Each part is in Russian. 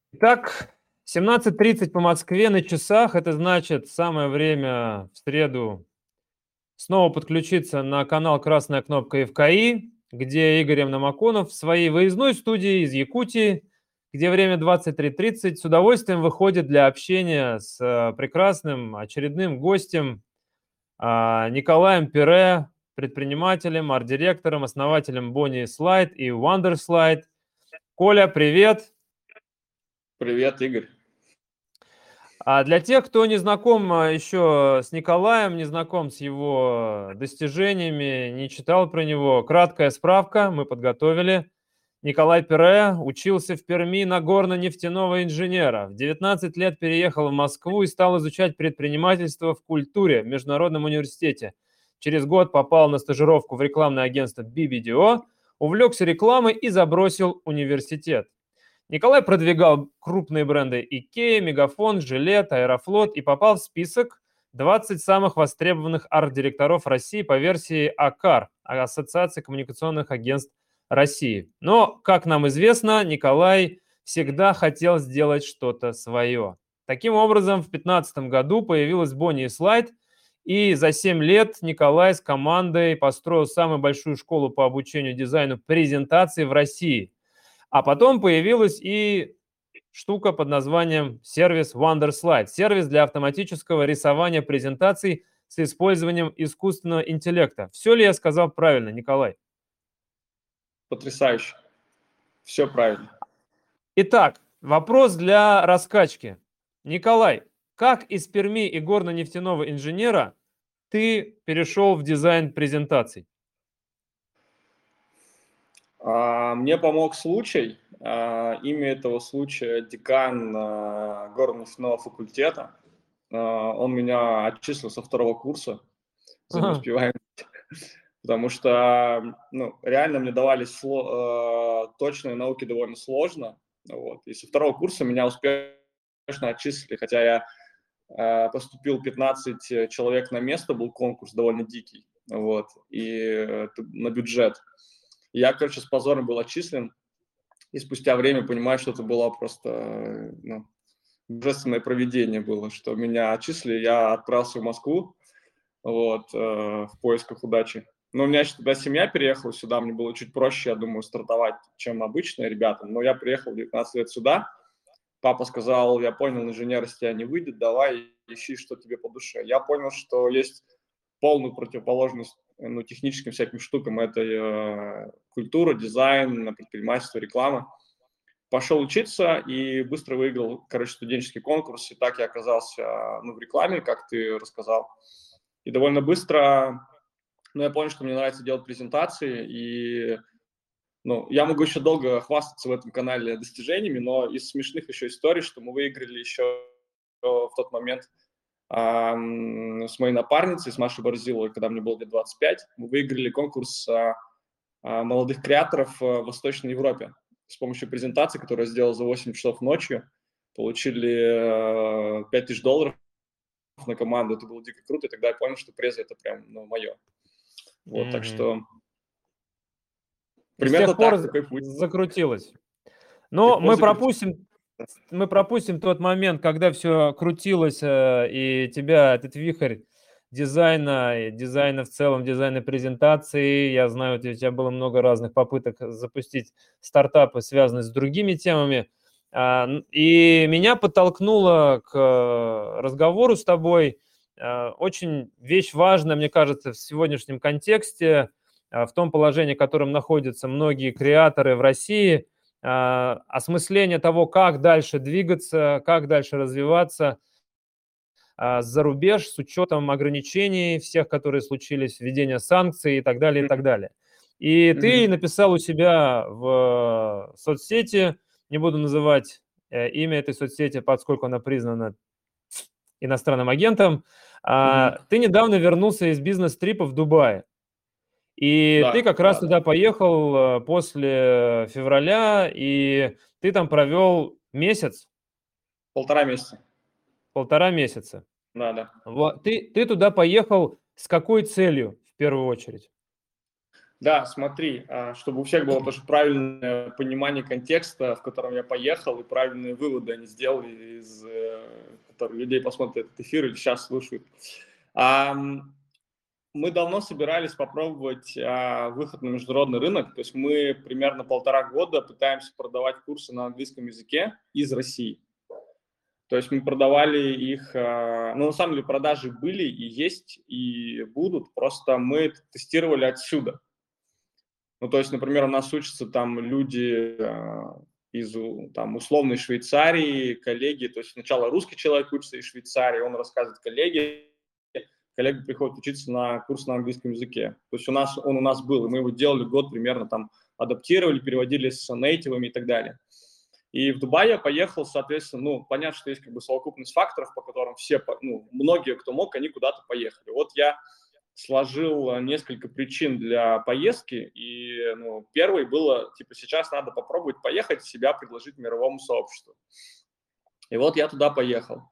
Итак, 17:30 по Москве на часах. Это значит, самое время в среду снова подключиться на канал «Красная кнопка ФКИ», где Игорь Намаконов в своей выездной студии из Якутии, где время 23:30, с удовольствием выходит для общения с прекрасным очередным гостем Николаем Пире, предпринимателем, арт-директором, основателем Bonnie Slide и Wonder Slide. Коля, привет! Привет, Игорь. А для тех, кто не знаком еще с Николаем, не знаком с его достижениями, не читал про него, краткая справка мы подготовили. Николай Пире учился в Перми на горно-нефтяного инженера. В 19 лет переехал в Москву и стал изучать предпринимательство в культуре в Международном университете. Через год попал на стажировку в рекламное агентство BBDO, увлекся рекламой и забросил университет. Николай продвигал крупные бренды IKEA, Мегафон, Gillette, Аэрофлот и попал в список 20 самых востребованных арт-директоров России по версии АКАР, Ассоциации коммуникационных агентств России. Но, как нам известно, Николай всегда хотел сделать что-то свое. Таким образом, в 2015 году появилась Bonnie Slide, и за 7 лет Николай с командой построил самую большую школу по обучению дизайну презентаций в России. А потом появилась и штука под названием сервис WonderSlide. Сервис для автоматического рисования презентаций с использованием искусственного интеллекта. Все ли я сказал правильно, Николай? Потрясающе. Все правильно. Итак, вопрос для раскачки. Николай, как из Перми и горно-нефтяного инженера ты перешел в дизайн презентаций? Мне помог случай. Имя этого случая декан горно-нефтяного факультета. Он меня отчислил со второго курса за неуспеваемость, потому что реально мне давались точные науки довольно сложно. Вот. И со второго курса меня успешно отчислили, хотя я поступил 15 человек на место, был конкурс довольно дикий, вот, и на бюджет. Я, короче, с позором был отчислен, и спустя время понимаю, что это было просто божественное провидение было, что меня отчислили, я отправился в Москву, вот, в поисках удачи. Но у меня еще тогда семья переехала сюда, мне было чуть проще, я думаю, стартовать, чем обычные ребята. Но я приехал в 19 лет сюда, папа сказал, я понял, инженер из тебя не выйдет, давай ищи, что тебе по душе. Я понял, что есть полную противоположность техническим всяким штукам. Это культура, дизайн, предпринимательство, реклама. Пошел учиться и быстро выиграл, короче, студенческий конкурс. И так я оказался в рекламе, как ты рассказал. И довольно быстро я понял, что мне нравится делать презентации. И я могу еще долго хвастаться в этом канале достижениями, но из смешных еще историй, что мы выиграли еще в тот момент с моей напарницей, с Машей Борзиловой, когда мне было лет 25, мы выиграли конкурс молодых креаторов в Восточной Европе с помощью презентации, которую я сделал за 8 часов ночью. Получили $5000 на команду, это было дико круто, и тогда я понял, что преза это прям мое. Вот, так что примерно с тех пор так, такой путь. закрутилось. Но мы пропустим тот момент, когда все крутилось, и тебя этот вихрь дизайна в целом, дизайна презентации. Я знаю, у тебя было много разных попыток запустить стартапы, связанные с другими темами. И меня подтолкнуло к разговору с тобой очень вещь важная, мне кажется, в сегодняшнем контексте, в том положении, в котором находятся многие креаторы в России – осмысление того, как дальше двигаться, как дальше развиваться за рубеж с учетом ограничений всех, которые случились, введения санкций и так далее, и так далее. И ты написал у себя в соцсети, не буду называть имя этой соцсети, поскольку она признана иностранным агентом, ты недавно вернулся из бизнес-трипа в Дубае. И ты как раз туда поехал после февраля, и ты там провел месяц. 1,5 месяца. 1,5 месяца. Да. Ты туда поехал с какой целью в первую очередь? Да, смотри, чтобы у всех было тоже правильное понимание контекста, в котором я поехал, и правильные выводы они сделали, которые людей посмотрят этот эфир или сейчас слушают. Мы давно собирались попробовать выход на международный рынок, то есть мы примерно 1,5 года пытаемся продавать курсы на английском языке из России. То есть мы продавали их, ну, на самом деле продажи были и есть, и будут, просто мы это тестировали отсюда. Ну, то есть, например, у нас учатся там люди из там, условной Швейцарии, коллеги, то есть сначала русский человек учится из Швейцарии, он рассказывает коллеге приходит учиться на курс на английском языке. То есть он у нас был, и мы его делали год примерно, там адаптировали, переводили с нейтивами и так далее. И в Дубай я поехал, соответственно, ну, понятно, что есть как бы совокупность факторов, по которым все, ну, многие, кто мог, они куда-то поехали. Вот я сложил несколько причин для поездки, и, ну, первый было, типа, сейчас надо попробовать поехать, себя предложить мировому сообществу. И вот я туда поехал.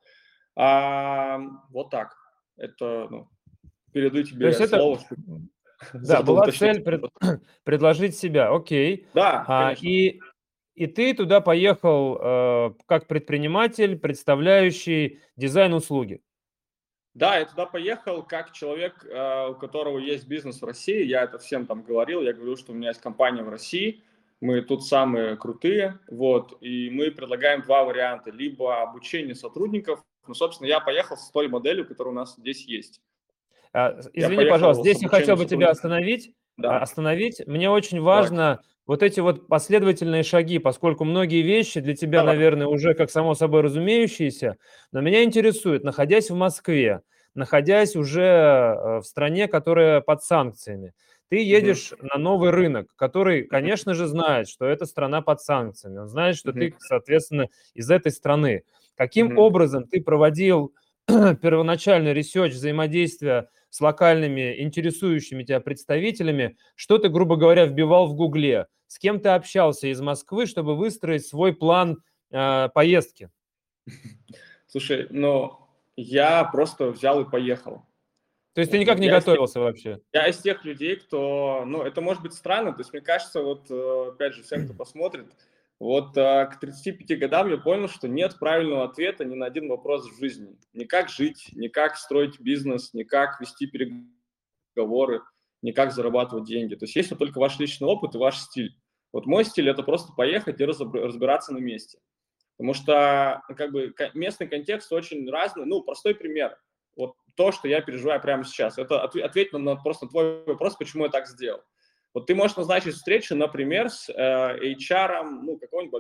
Вот так. Это, ну, передаю То есть тебе это, слово, да, задал была уточнение. цель предложить себя, окей. Да, конечно. И ты туда поехал как предприниматель, представляющий дизайн-услуги. Да, я туда поехал как человек, у которого есть бизнес в России. Я это всем там говорил. Я говорю, что у меня есть компания в России, мы тут самые крутые, вот, и мы предлагаем два варианта. Либо обучение сотрудников, ну, собственно, я поехал с той моделью, которая у нас здесь есть. Я Извини, пожалуйста, поехал с здесь я хотел обучением бы тебя сотрудников. остановить. Да, Остановить. Мне очень давай. важно вот эти вот последовательные шаги, поскольку многие вещи для тебя, Давай. наверное, уже как само собой разумеющиеся, но меня интересует, находясь в Москве, находясь уже в стране, которая под санкциями, ты Мгм. едешь на новый рынок, который, Мгм. конечно же, знает, что эта страна под санкциями. Он знает, что Мгм. ты, соответственно, из этой страны. Каким Мгм. образом ты проводил первоначальный ресерч взаимодействия с локальными интересующими тебя представителями, что ты, грубо говоря, вбивал в Гугле, с кем ты общался из Москвы, чтобы выстроить свой план поездки? Слушай, ну, я просто взял и поехал. То есть ты никак Вот не готовился вообще? я из тех людей, кто, ну, это может быть странно, то есть мне кажется, вот, опять же, всем, кто посмотрит, вот к 35 годам я понял, что нет правильного ответа ни на один вопрос в жизни. Ни как жить, ни как строить бизнес, ни как вести переговоры, ни как зарабатывать деньги. То есть есть вот только ваш личный опыт и ваш стиль. Вот мой стиль – это просто поехать и разбираться на месте. Потому что, ну, как бы, местный контекст очень разный. Ну, простой пример. Вот то, что я переживаю прямо сейчас. Это ответь просто на твой вопрос, почему я так сделал. Вот ты можешь назначить встречу, например, с HR, ну, какого-нибудь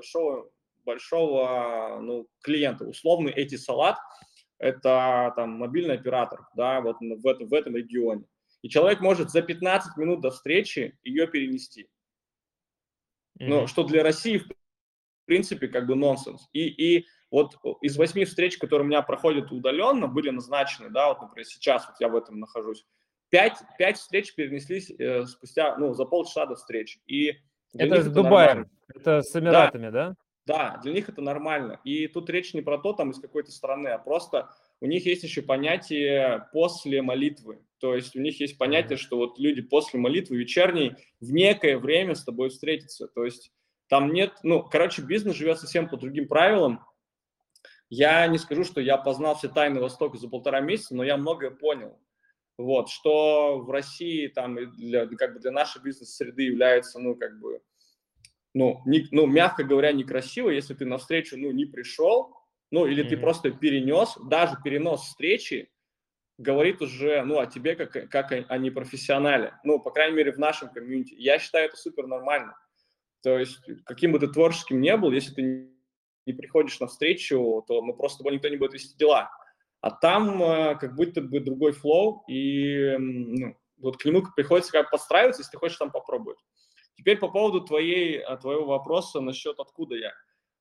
большого ну, клиента. Условный Этисалат – это там мобильный оператор, да, вот в этом регионе. И человек может за 15 минут до встречи ее перенести. Но Мгм. что для России, в принципе, как бы нонсенс. И вот из 8 встреч, которые у меня проходят удаленно, были назначены, да, вот, например, сейчас вот я в этом нахожусь, 5 встреч перенеслись спустя, ну, за полчаса до встречи. И для Это них с это нормально. Дубаем, это с Да, Эмиратами, да? да, для них это нормально. И тут речь не про то, там, из какой-то страны, а просто у них есть еще понятие после молитвы. То есть у них есть понятие, Мгм. что вот люди после молитвы вечерней в некое время с тобой встретятся. То есть там нет, ну, короче, бизнес живет совсем по другим правилам. Я не скажу, что я познал все тайны Востока за 1,5 месяца, но я многое понял. Вот, что в России там как бы для нашей бизнес-среды является, ну, как бы, ну, мягко говоря, некрасиво, если ты навстречу, ну, не пришел, ну, или ты Мгм. просто перенес, даже перенос встречи говорит уже, ну, о тебе как о непрофессионале. Ну, по крайней мере, в нашем комьюнити. Я считаю это супер нормально. То есть, каким бы ты творческим ни был, если ты не приходишь на встречу, то ну, просто с тобой никто не будет вести дела. А там как будто бы другой флоу, и ну, вот к нему приходится как подстраиваться, если ты хочешь там попробовать. Теперь по поводу твоего вопроса насчет откуда я.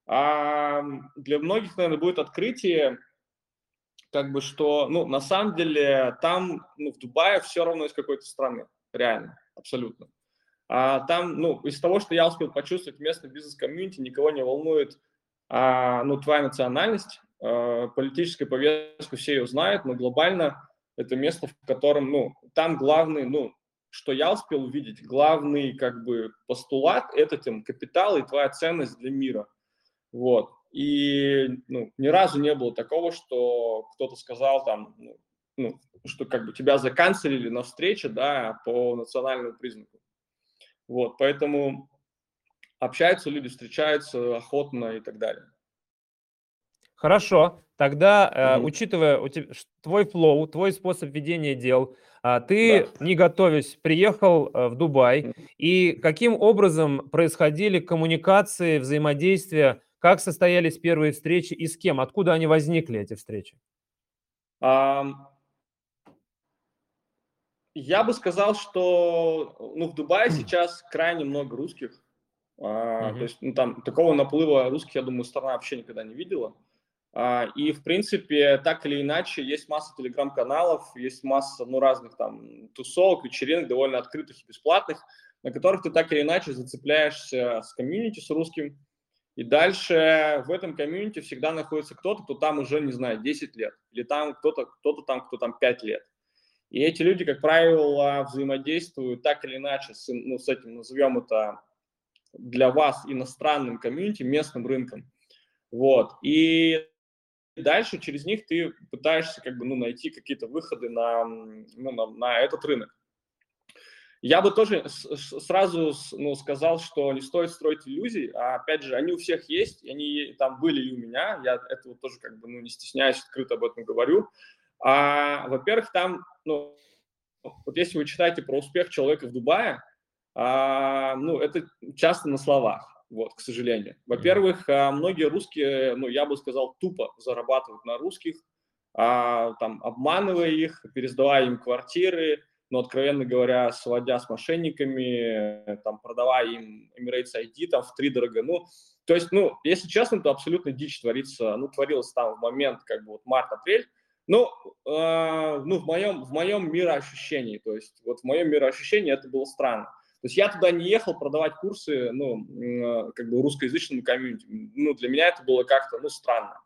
Для многих, наверное, будет открытие, как бы что, ну, на самом деле, там, ну, в Дубае все равно из какой-то страны, реально, абсолютно. Там, ну, из того, что я успел почувствовать в местном бизнес-комьюнити, никого не волнует, ну, твоя национальность, политическая повестка, все ее знают, но глобально это место, в котором, ну, там главный, ну, что я успел увидеть, главный как бы постулат – это капитал и твоя ценность для мира. Вот. И ни разу не было такого, что кто-то сказал там, что как бы тебя заканцелили на встрече, да, по национальному признаку. Вот, поэтому общаются люди, встречаются охотно и так далее. Хорошо, тогда, Мгм. учитывая твой флоу, твой способ ведения дел, Да. ты, не готовясь, приехал в Дубай. Мгм. И каким образом происходили коммуникации, взаимодействия? Как состоялись первые встречи и с кем? Откуда они возникли, эти встречи? Ам, Я бы сказал, что в Дубае сейчас крайне много русских. То Мгм. есть там такого наплыва русских, я думаю, страна вообще никогда не видела. И, в принципе, так или иначе, есть масса телеграм-каналов, есть масса разных там тусовок, вечеринок, довольно открытых и бесплатных, на которых ты так или иначе зацепляешься с комьюнити, с русским. И дальше в этом комьюнити всегда находится кто-то, кто там уже, не знаю, 10 лет. Или там кто-то там, кто там 5 лет. И эти люди, как правило, взаимодействуют так или иначе с этим, назовем это для вас иностранным комьюнити, местным рынком. Вот. И дальше через них ты пытаешься как бы, найти какие-то выходы на этот рынок. Я бы тоже сразу сказал, что не стоит строить иллюзий, а опять же, они у всех есть, и они там были и у меня, я этого тоже как бы не стесняюсь, открыто об этом говорю. Во-первых, там, вот если вы читаете про успех человека в Дубае, это часто на словах, вот, к сожалению. Мгм. Во-первых, многие русские, я бы сказал, тупо зарабатывают на русских, там, обманывая их, пересдавая им квартиры, откровенно говоря, сводя с мошенниками, там, продавая им Emirates ID там втридорога. То есть, если честно, то абсолютно дичь творится, творилось там в момент, как бы, вот март-апрель, в моем мироощущении, то есть вот в моем мироощущении это было странно. То есть я туда не ехал продавать курсы, как бы русскоязычному комьюнити. Для меня это было как-то, странно.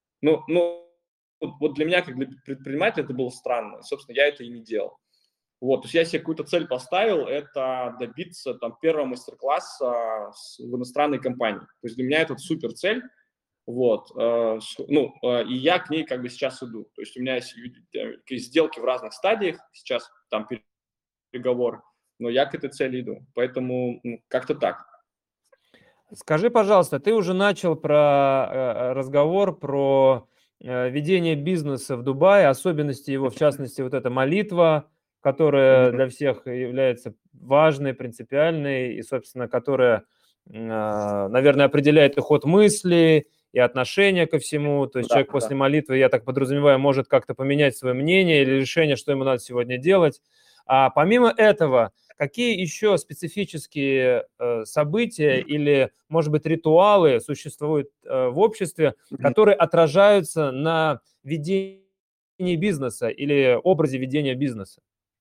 Вот для меня, как для предпринимателя, это было странно. Собственно, я это и не делал. Вот, то есть я себе какую-то цель поставил, это добиться там первого мастер-класса в иностранной компании. То есть для меня это супер цель. Вот, и я к ней как бы сейчас иду. То есть у меня есть сделки в разных стадиях, сейчас там переговоры, но я к этой цели иду. Поэтому как-то так. Скажи, пожалуйста, ты уже начал разговор про ведение бизнеса в Дубае, особенности его, в частности, вот эта молитва, которая Мгм. для всех является важной, принципиальной и, собственно, которая, наверное, определяет и ход мысли, и отношение ко всему. То есть Да, человек после да. молитвы, я так подразумеваю, может как-то поменять свое мнение или решение, что ему надо сегодня делать. А помимо этого, какие еще специфические события или, может быть, ритуалы существуют в обществе, Мгм. которые отражаются на ведении бизнеса или образе ведения бизнеса?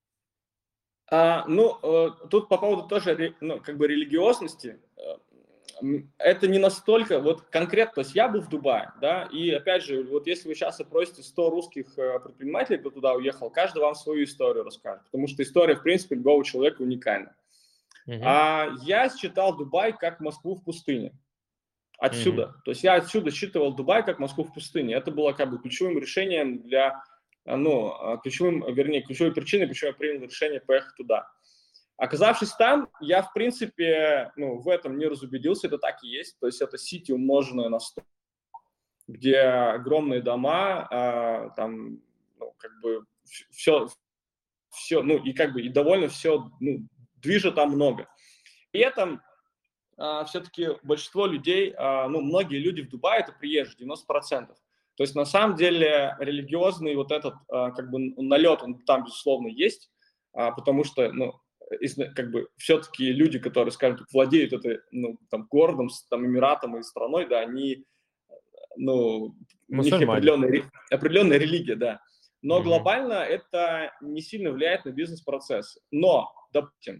Тут по поводу тоже как бы религиозности, это не настолько, вот конкретно, то есть я был в Дубае, да, и опять же, вот если вы сейчас опросите 100 русских предпринимателей, кто туда уехал, каждый вам свою историю расскажет, потому что история, в принципе, любого человека уникальна. Мгм. Я считал Дубай как Москву в пустыне. Мгм. Отсюда. То есть я отсюда считывал Дубай как Москву в пустыне. Это было как бы ключевым решением ключевой причиной, почему я принял решение поехать туда. Оказавшись там, я, в принципе, в этом не разубедился, это так и есть. То есть это сити, умноженное на 100, где огромные дома, там, как бы все, и как бы и довольно все, движа там много. При этом все-таки большинство людей, многие люди в Дубае это приезжие, 90%. То есть на самом деле религиозный вот этот как бы налет, он там безусловно есть, потому что, как бы все-таки люди, которые, скажем так, владеют этой, там, городом, там, Эмиратом и страной, да, они, у них Мусульмане. определенная религия, да. Но Мгм. глобально это не сильно влияет на бизнес-процесс. Но, допустим,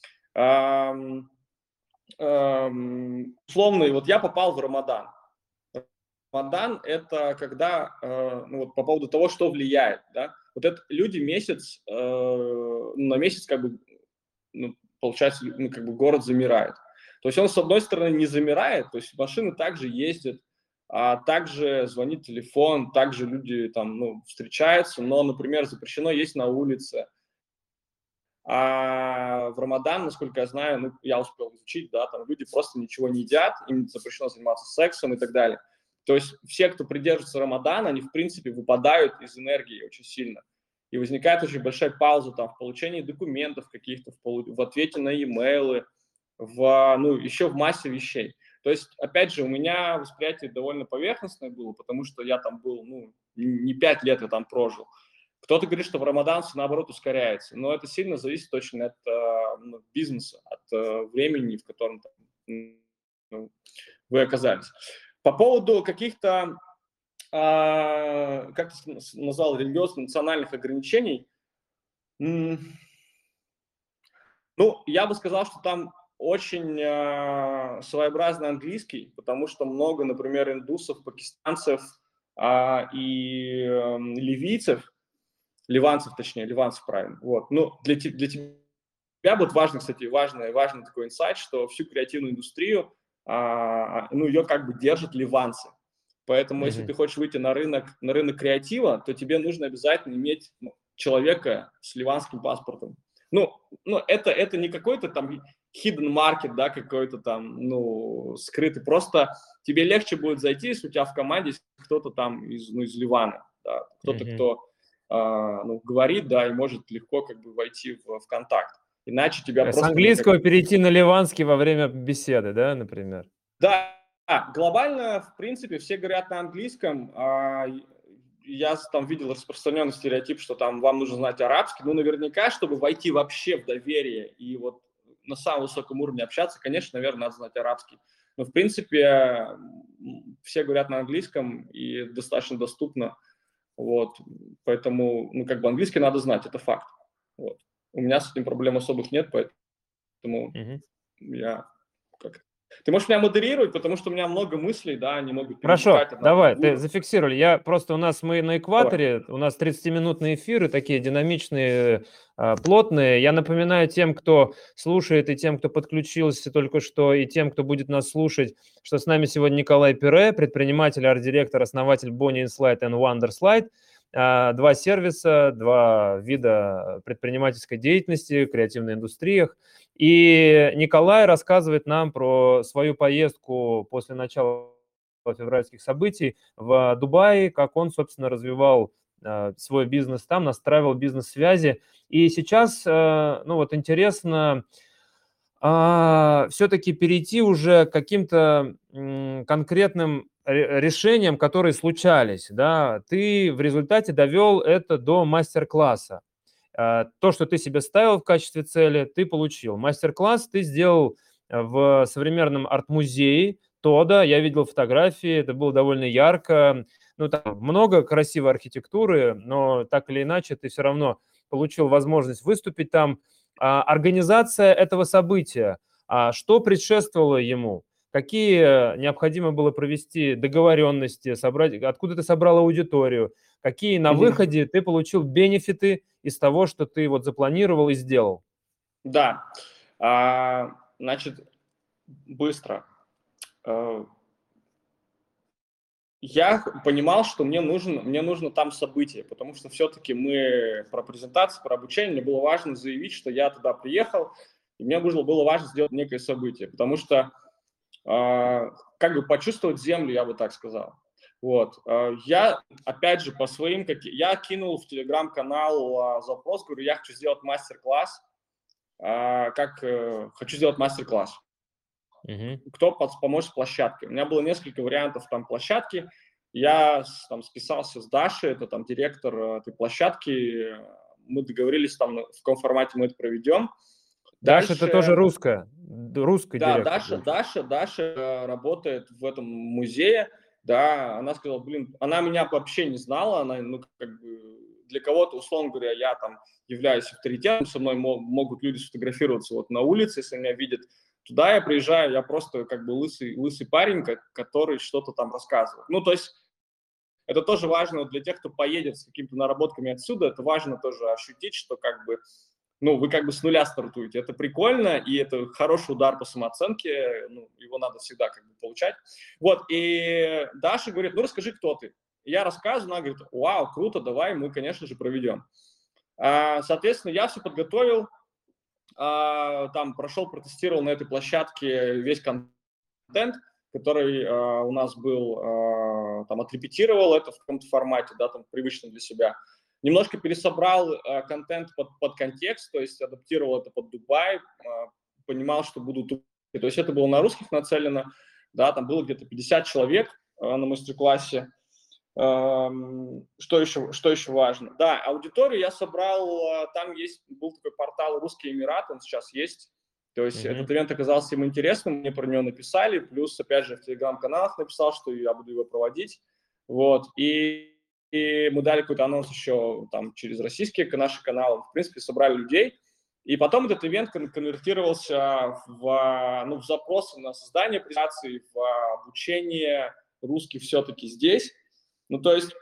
условно, вот я попал в Рамадан. Рамадан – это когда, вот по поводу того, что влияет, да, вот это люди на месяц как бы ну, получается, ну, как бы город замирает. То есть он, с одной стороны, не замирает, то есть машины также ездят, также звонит телефон, также люди там, ну, встречаются, но, например, запрещено есть на улице. А в Рамадан, насколько я знаю, ну, я успел изучить, да, там люди просто ничего не едят, им запрещено заниматься сексом и так далее. То есть все, кто придерживается Рамадана, они, в принципе, выпадают из энергии очень сильно. И возникает очень большая пауза там в получении документов каких-то, в ответе на имейлы, ну, еще в массе вещей. То есть, опять же, у меня восприятие довольно поверхностное было, потому что я там был, ну, не 5 лет я там прожил. Кто-то говорит, что в Рамадан все, наоборот, ускоряется, но это сильно зависит очень от бизнеса, от времени, в котором там, ну, вы оказались. По поводу каких-то, как ты назвал, религиозных, национальных ограничений, ну, я бы сказал, что там очень своеобразный английский, потому что много, например, индусов, пакистанцев и ливийцев, ливанцев, точнее, ливанцев, правильно. Вот. Ну, для тебя будет важно, кстати, важный такой инсайт, что всю креативную индустрию, ну, ее как бы держат ливанцы. Поэтому, если ты хочешь выйти на рынок креатива, то тебе нужно обязательно иметь человека с ливанским паспортом. Ну, это не какой-то там hidden market, да, какой-то там, ну, скрытый. Просто тебе легче будет зайти, если у тебя в команде кто-то там из Ливана, да, кто-то, кто ну, говорит, да, и может легко как бы войти в контакт. Иначе тебя С просто... английского перейти на ливанский во время беседы, да, например? Да, глобально, в принципе, все говорят на английском. Я там видел распространенный стереотип, что там вам нужно знать арабский. Ну, наверняка, чтобы войти вообще в доверие и вот на самом высоком уровне общаться, конечно, наверное, надо знать арабский. Но, в принципе, все говорят на английском и достаточно доступно. Вот, поэтому, ну, как бы английский надо знать, это факт. Вот. У меня с этим проблем особых нет, поэтому я как... Ты можешь меня модерировать, потому что у меня много мыслей, да, они могут Хорошо, перетекать одна в давай, ты другую. зафиксировали. Мы на Давай. экваторе, у нас 30-минутные эфиры, такие динамичные, плотные. Я напоминаю тем, кто слушает, и тем, кто подключился только что, и тем, кто будет нас слушать, что с нами сегодня Николай Пире, предприниматель, арт-директор, основатель Bonnie Slide and Wonder Slide. Два сервиса, два вида предпринимательской деятельности, в креативной индустриях. И Николай рассказывает нам про свою поездку после начала февральских событий в Дубае, как он, собственно, развивал свой бизнес там, настраивал бизнес-связи. И сейчас, ну вот интересно, все-таки перейти уже к каким-то конкретным решениям, которые случались, да, ты в результате довел это до мастер-класса. То, что ты себе ставил в качестве цели, ты получил. Мастер-класс ты сделал в современном арт-музее ТОДа. Я видел фотографии, это было довольно ярко. Ну, там много красивой архитектуры, но так или иначе ты все равно получил возможность выступить там. Организация этого события, что предшествовало ему? Какие необходимо было провести договоренности, собрать, откуда ты собрал аудиторию, какие на выходе ты получил бенефиты из того, что ты вот запланировал и сделал? Да, значит, быстро. Я понимал, что мне нужно там событие, потому что все-таки мы про презентацию, про обучение, мне было важно заявить, что я туда приехал, и мне было важно сделать некое событие, потому что как бы почувствовать землю, я бы так сказал. Вот. Я, опять же, я кинул в телеграм-канал запрос, говорю, я хочу сделать мастер-класс, хочу сделать мастер-класс. Кто поможет с площадкой? У меня было несколько вариантов там площадки. Я там списался с Дашей, это там директор этой площадки. Мы договорились там, в каком формате мы это проведем. Даша, это тоже Дальше... русский Да, директор. Даша работает в этом музее, да, она сказала, блин, она меня вообще не знала, она, ну, как бы, для кого-то, условно говоря, я там являюсь авторитетом, со мной могут люди сфотографироваться вот на улице, если меня видят. Туда я приезжаю, я просто как бы лысый парень, который что-то там рассказывает. Ну, то есть это тоже важно для тех, кто поедет с какими-то наработками отсюда, это важно тоже ощутить, что как бы ну, вы как бы с нуля стартуете. Это прикольно, и это хороший удар по самооценке, ну, его надо всегда как бы получать. Вот, и Даша говорит, ну, расскажи, кто ты. Я рассказываю, она говорит, вау, круто, давай, мы, конечно же, проведем. Соответственно, я все подготовил, там прошел, протестировал на этой площадке весь контент, который у нас был, там отрепетировал это в каком-то формате, да, там привычном для себя. Немножко пересобрал контент под контекст, то есть адаптировал это под Дубай, понимал, что будут... То есть это было на русских нацелено, да, там было где-то 50 человек на мастер-классе. Что еще важно? Да, аудиторию я собрал, там был такой портал «Русский Эмират», он сейчас есть. То есть этот ивент оказался им интересным, мне про него написали, плюс, опять же, в телеграм-каналах написал, что я буду его проводить. Вот, и мы дали какой-то анонс еще там через российские наши каналы, в принципе, собрали людей. И потом этот ивент конвертировался в запросы на создание презентаций, в обучение русских все-таки здесь. Ну, то есть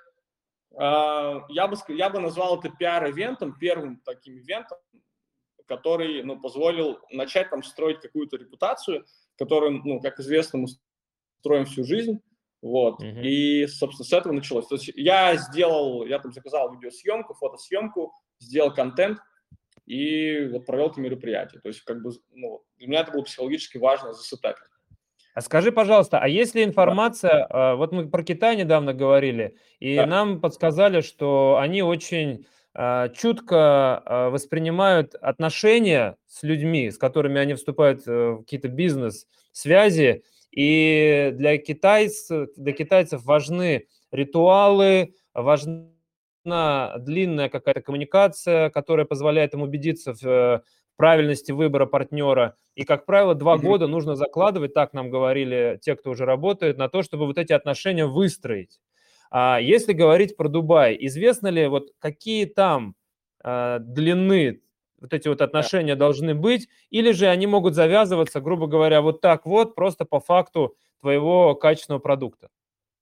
я бы назвал это пиар-ивентом, первым таким ивентом, который, ну, позволил начать там строить какую-то репутацию, которую, ну, как известно, мы строим всю жизнь, вот, и, собственно, с этого началось. То есть я там заказал видеосъемку, фотосъемку, сделал контент и вот провел это мероприятие. То есть, как бы, ну, для меня это было психологически важно засетапить. А скажи, пожалуйста, а есть ли Да. информация, вот мы про Китай недавно говорили, и Да. нам подсказали, что они очень чутко воспринимают отношения с людьми, с которыми они вступают в какие-то бизнес-связи, и для китайцев важны ритуалы, важна длинная какая-то коммуникация, которая позволяет им убедиться в правильности выбора партнера. И, как правило, 2 года нужно закладывать, так нам говорили те, кто уже работает, на то, чтобы вот эти отношения выстроить. А если говорить про Дубай, известно ли, вот какие там длины вот эти вот отношения должны быть, или же они могут завязываться, грубо говоря, вот так вот, просто по факту твоего качественного продукта?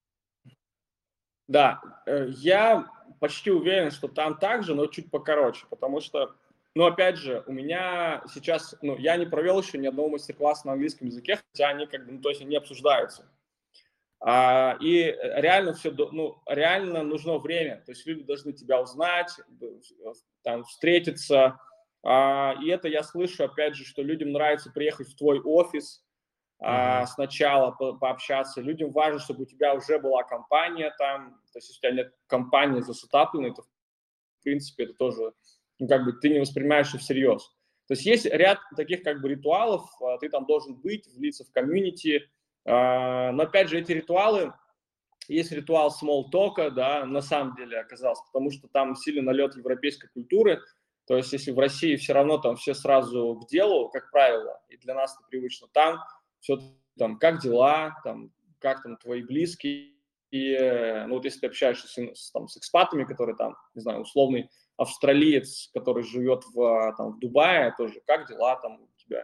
Да, я почти уверен, что там так же, но чуть покороче, потому что, ну, опять же, у меня сейчас, ну, я не провел еще ни одного мастер-класса на английском языке, хотя они как бы, ну, то есть они обсуждаются. И реально все, ну, реально нужно время, то есть люди должны тебя узнать, там, встретиться, и это я слышу, опять же, что людям нравится приехать в твой офис, сначала пообщаться. Людям важно, чтобы у тебя уже была компания там. То есть, если у тебя нет компании засетапленной, то, в принципе, это тоже, ну, как бы ты не воспринимаешь их всерьез. То есть есть ряд таких как бы ритуалов, ты там должен быть, влиться в комьюнити. Но, опять же, эти ритуалы, есть ритуал small talk, да, на самом деле оказался, потому что там сильный налет европейской культуры. То есть, если в России все равно там все сразу к делу, как правило, и для нас это привычно, там все там, как дела, там, как там твои близкие, и, ну, вот если ты общаешься с экспатами, которые там, не знаю, условный австралиец, который живет в Дубае, тоже, как дела там у тебя.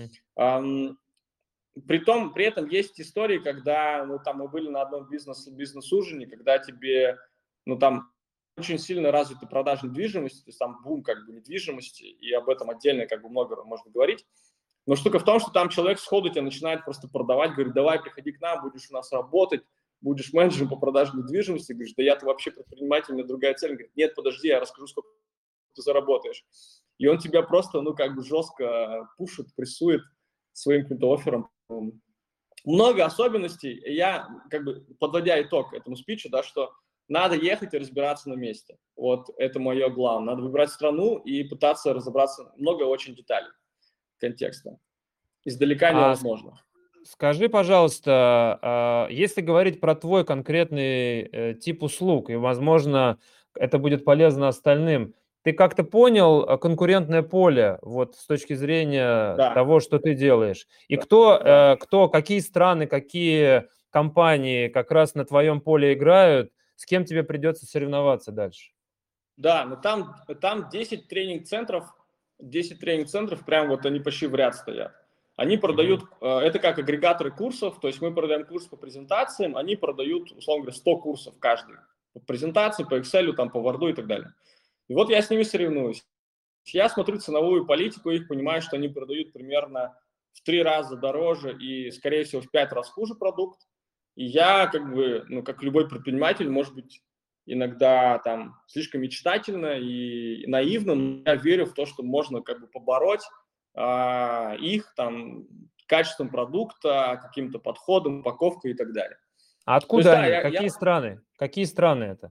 При этом есть истории, когда, ну, там мы были на одном бизнес-ужине, когда тебе, ну, там очень сильно развита продажа недвижимости, то есть там бум как бы недвижимости, и об этом отдельно как бы много можно говорить. Но штука в том, что там человек сходу тебя начинает просто продавать, говорит, давай, приходи к нам, будешь у нас работать, будешь менеджером по продаже недвижимости. Говоришь, да я-то вообще предприниматель, у меня другая цель. Он говорит, нет, подожди, я расскажу, сколько ты заработаешь. И он тебя просто, ну, как бы жестко пушит, прессует своим каким-то оффером. Много особенностей. Я, как бы, подводя итог этому спичу, да, что надо ехать и разбираться на месте. Вот это мое главное. Надо выбирать страну и пытаться разобраться. Много очень деталей контекста. Издалека невозможно. Скажи, пожалуйста, если говорить про твой конкретный тип услуг, и, возможно, это будет полезно остальным, ты как-то понял конкурентное поле вот с точки зрения Да. того, что ты делаешь? И Да. какие страны, какие компании как раз на твоем поле играют, с кем тебе придется соревноваться дальше? Да, но там 10 тренинг-центров, прям вот они почти в ряд стоят. Они продают, это как агрегаторы курсов, то есть мы продаем курс по презентациям, они продают, условно говоря, 100 курсов каждый. По презентации, по Excel, там, по Word и так далее. И вот я с ними соревнуюсь. Я смотрю ценовую политику их, понимаю, что они продают примерно в 3 раза дороже и, скорее всего, в 5 раз хуже продукт. И я, как бы, ну, как любой предприниматель, может быть, иногда там слишком мечтательно и наивно, но я верю в то, что можно как бы побороть их там качеством продукта, каким-то подходом, упаковкой и так далее. А То есть, откуда да, они? Какие страны? Какие страны это?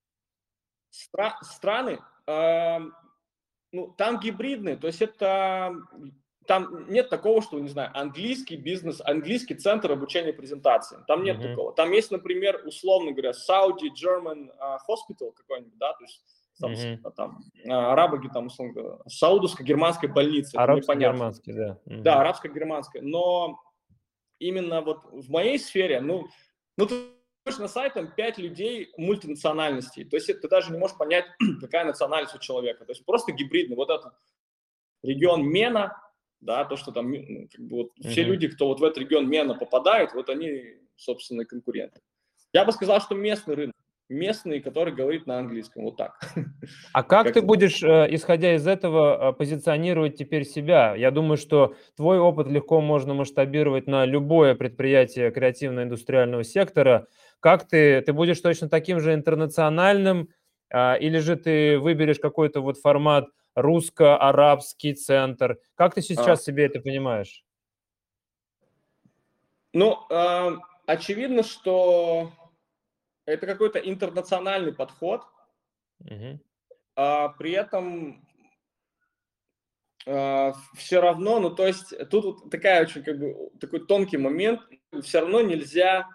страны, ну, там гибридные, то есть это, там нет такого, что, не знаю, английский бизнес, английский центр обучения презентациям, там нет Мгм. такого. Там есть, например, условно говоря, Saudi German Hospital какой-нибудь, да, то есть там, Мгм. арабы, там, условно говоря, саудовско-германская больница, это мне понятно. Арабско-германский, да. Да, Мгм. арабско-германская, но именно вот в моей сфере, ну ты смотришь на сайт, там 5 людей мультинациональностей, то есть ты даже не можешь понять, какая национальность у человека, то есть просто гибридный, вот этот регион Мена, да, то, что там как бы вот все Мгм. люди, кто вот в этот регион Мена попадают, вот они, собственно, конкуренты. Я бы сказал, что местный рынок, местный, который говорит на английском, вот так. А как ты Как-то так. будешь, исходя из этого, позиционировать теперь себя? Я думаю, что твой опыт легко можно масштабировать на любое предприятие креативно-индустриального сектора. Как ты будешь точно таким же интернациональным, или же ты выберешь какой-то вот формат русско-арабский центр? Как ты А, сейчас себе это понимаешь? ну, очевидно, что это какой-то интернациональный подход, Мгм. при этом все равно, ну, то есть тут вот такая очень, как бы, такой тонкий момент, все равно нельзя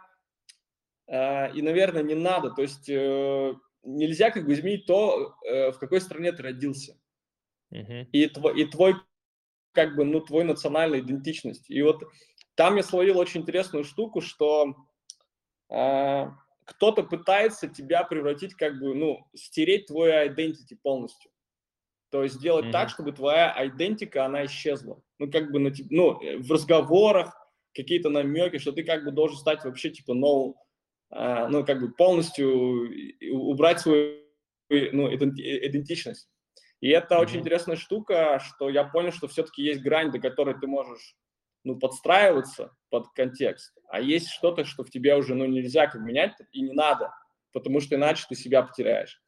и, наверное, не надо, то есть нельзя как бы изменить то, в какой стране ты родился, Мгм. и твой как бы, ну, твой национальная идентичность. И вот там я словил очень интересную штуку, что а, кто-то пытается тебя превратить, как бы, ну, стереть твой identity полностью. То есть сделать так, Мгм. чтобы твоя идентика, она исчезла. Ну, как бы, в разговорах какие-то намеки, что ты как бы должен стать вообще, типа, ну, как бы полностью убрать свою, ну, идентичность. И это очень Мгм. интересная штука, что я понял, что все-таки есть грань, до которой ты можешь, ну, подстраиваться под контекст, а есть что-то, что в тебе уже, ну, нельзя как менять и не надо, потому что иначе ты себя потеряешь.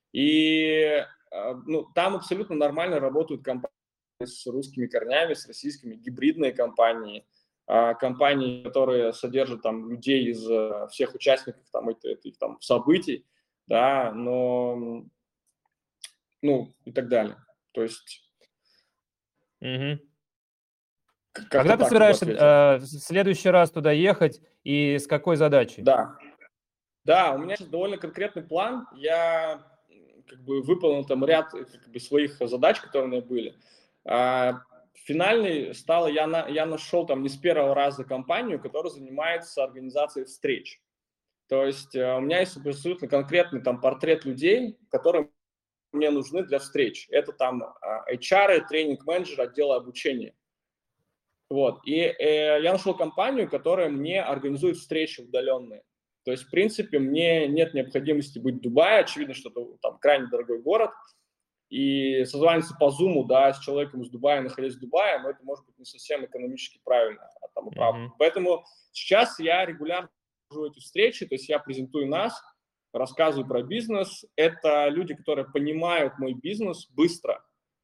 И ну, там абсолютно нормально работают компании с русскими корнями, с российскими, гибридные компании, компании, которые содержат там людей из всех участников там, этих там событий, да, но, ну, и так далее. То есть Мгм. как-то Когда ты так тебе собираешься, ответил. в следующий раз туда ехать и с какой задачей? Да, да, у меня сейчас довольно конкретный план. Я как бы выполнил там ряд как бы своих задач, которые у меня были. А, Финальный стал, я нашел там не с первого раза компанию, которая занимается организацией встреч. То есть у меня есть абсолютно конкретный там портрет людей, которые мне нужны для встреч. Это там HR, тренинг-менеджер отдела обучения. Вот. И я нашел компанию, которая мне организует встречи удаленные. То есть, в принципе, мне нет необходимости быть в Дубае. Очевидно, что это там крайне дорогой город. И созваниваться по Zoom, да, с человеком из Дубая, находясь в Дубае, но это может быть не совсем экономически правильно, там, Мгм. оправданно. Поэтому сейчас я регулярно провожу эти встречи, то есть я презентую нас, рассказываю про бизнес. Это люди, которые понимают мой бизнес быстро.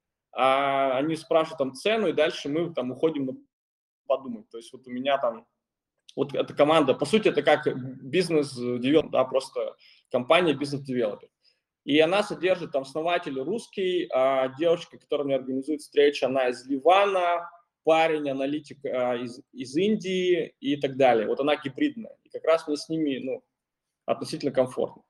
Они спрашивают там цену, и дальше мы там уходим на подумать. То есть вот у меня там, вот эта команда, по сути, это как бизнес-девелопер, да, просто компания бизнес-девелопер. И она содержит там основатель русский, девушка, которая мне организует встречу, она из Ливана, парень, аналитик из Индии и так далее. Вот она гибридная. И как раз мне с ними, ну, относительно комфортно.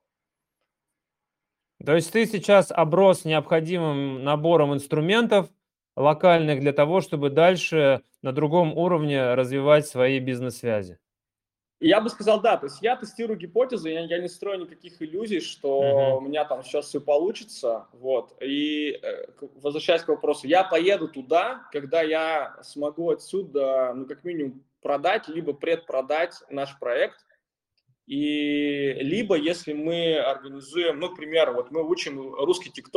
То есть ты сейчас оброс необходимым набором инструментов локальных для того, чтобы дальше на другом уровне развивать свои бизнес-связи. И я бы сказал, да, то есть я тестирую гипотезы, я не строю никаких иллюзий, что Мгм. у меня там сейчас все получится, вот. И возвращаясь к вопросу, я поеду туда, когда я смогу отсюда, ну, как минимум, продать, либо предпродать наш проект, и либо если мы организуем, ну, к примеру, вот мы учим русский ТикТок,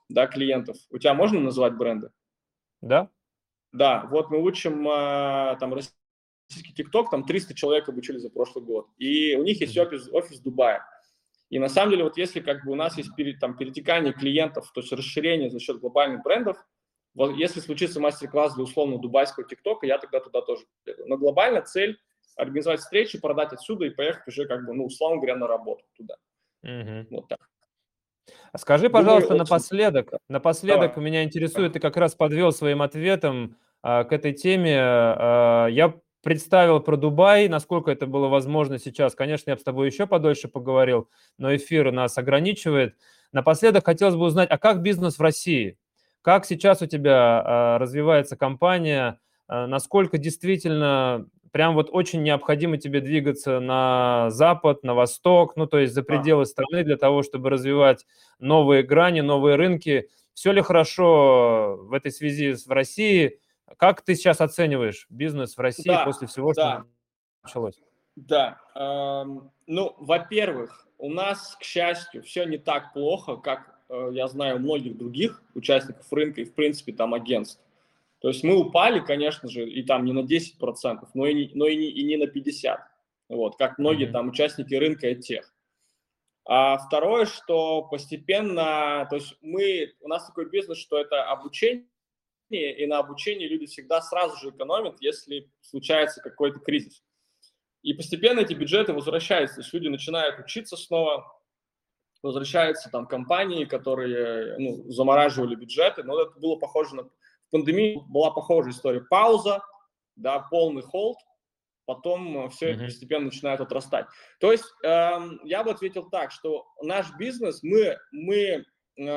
да, клиентов. У тебя можно называть бренды? Да? Да, вот мы учим там российский ТикТок, там 300 человек обучили за прошлый год. И у них есть Мгм. офис в Дубае. И на самом деле, вот если как бы у нас есть там, перетекание клиентов, то есть расширение за счет глобальных брендов, вот если случится мастер-класс для условно дубайского ТикТока, я тогда туда тоже приеду. Но глобально цель организовать встречи, продать отсюда и поехать уже как бы, ну, условно говоря, на работу туда. Мгм. Вот так. А скажи, Думаю, пожалуйста, очень... напоследок Давай. меня интересует, ты как раз подвел своим ответом к этой теме. Я представил про Дубай, насколько это было возможно сейчас. Конечно, я бы с тобой еще подольше поговорил, но эфир нас ограничивает. Напоследок хотелось бы узнать, а как бизнес в России? Как сейчас у тебя развивается компания? Насколько действительно прям вот очень необходимо тебе двигаться на запад, на восток, ну, то есть за А, пределы страны для того, чтобы развивать новые грани, новые рынки? Все ли хорошо в этой связи в России? Как ты сейчас оцениваешь бизнес в России после да, всего, что да, началось? да. Ну, во-первых, у нас, к счастью, все не так плохо, как я знаю у многих других участников рынка и, в принципе, там агентств. То есть мы упали, конечно же, и там не на 10%, но и не на 50%. Вот, как многие Мгм. там участники рынка и тех. А второе, что постепенно, то есть у нас такой бизнес, что это обучение, и на обучении люди всегда сразу же экономят, если случается какой-то кризис. И постепенно эти бюджеты возвращаются, то есть люди начинают учиться снова, возвращаются там компании, которые ну, замораживали бюджеты, но это было похоже на... В пандемии была похожая история. Пауза, да, полный холд, потом все это Мгм. постепенно начинает отрастать. То есть я бы ответил так, что наш бизнес, мы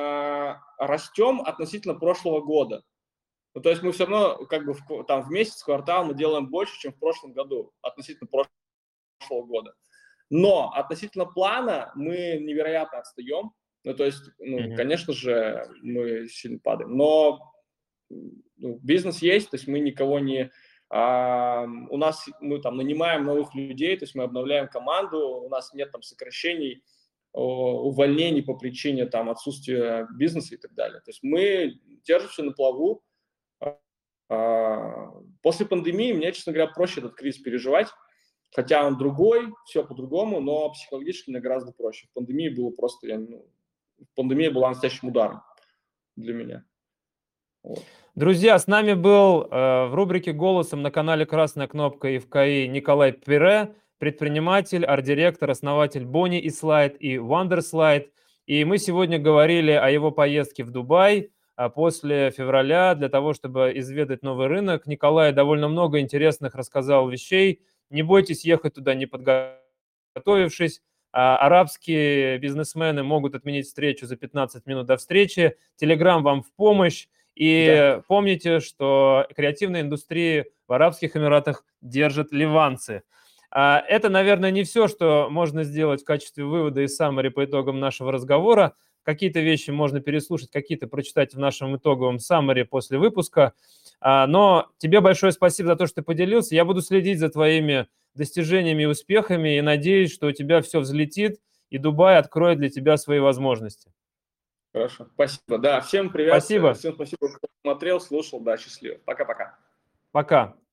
растем относительно прошлого года. Ну, то есть мы все равно как бы там в месяц, в квартал мы делаем больше, чем в прошлом году, относительно прошлого года. Но относительно плана мы невероятно отстаем. Ну, то есть, ну, Мгм. конечно же, мы сильно падаем. Но ну, бизнес есть, то есть мы никого не... у нас мы там нанимаем новых людей, то есть мы обновляем команду, у нас нет там сокращений, увольнений по причине там отсутствия бизнеса и так далее. То есть мы держимся на плаву. После пандемии мне, честно говоря, проще этот кризис переживать, хотя он другой, все по-другому, но психологически мне гораздо проще. В пандемии было просто, пандемия была настоящим ударом для меня. Вот. Друзья, с нами был в рубрике «Голосом» на канале «Красная кнопка» и в КАИ Николай Пере, предприниматель, арт-директор, основатель Bonnie и Slide и Wonderslide. И мы сегодня говорили о его поездке в Дубай после февраля для того, чтобы изведать новый рынок. Николай довольно много интересных рассказал вещей. Не бойтесь ехать туда, не подготовившись. Арабские бизнесмены могут отменить встречу за 15 минут до встречи. Телеграм вам в помощь. Да, И помните, что креативные индустрии в Арабских Эмиратах держат ливанцы. Это, наверное, не все, что можно сделать в качестве вывода и саммари по итогам нашего разговора. Какие-то вещи можно переслушать, какие-то прочитать в нашем итоговом саммари после выпуска. Но тебе большое спасибо за то, что ты поделился. Я буду следить за твоими достижениями и успехами и надеюсь, что у тебя все взлетит, и Дубай откроет для тебя свои возможности. хорошо. Спасибо. Да, всем привет, Спасибо. всем спасибо, кто смотрел, слушал. Да, счастливо. Пока-пока. Пока.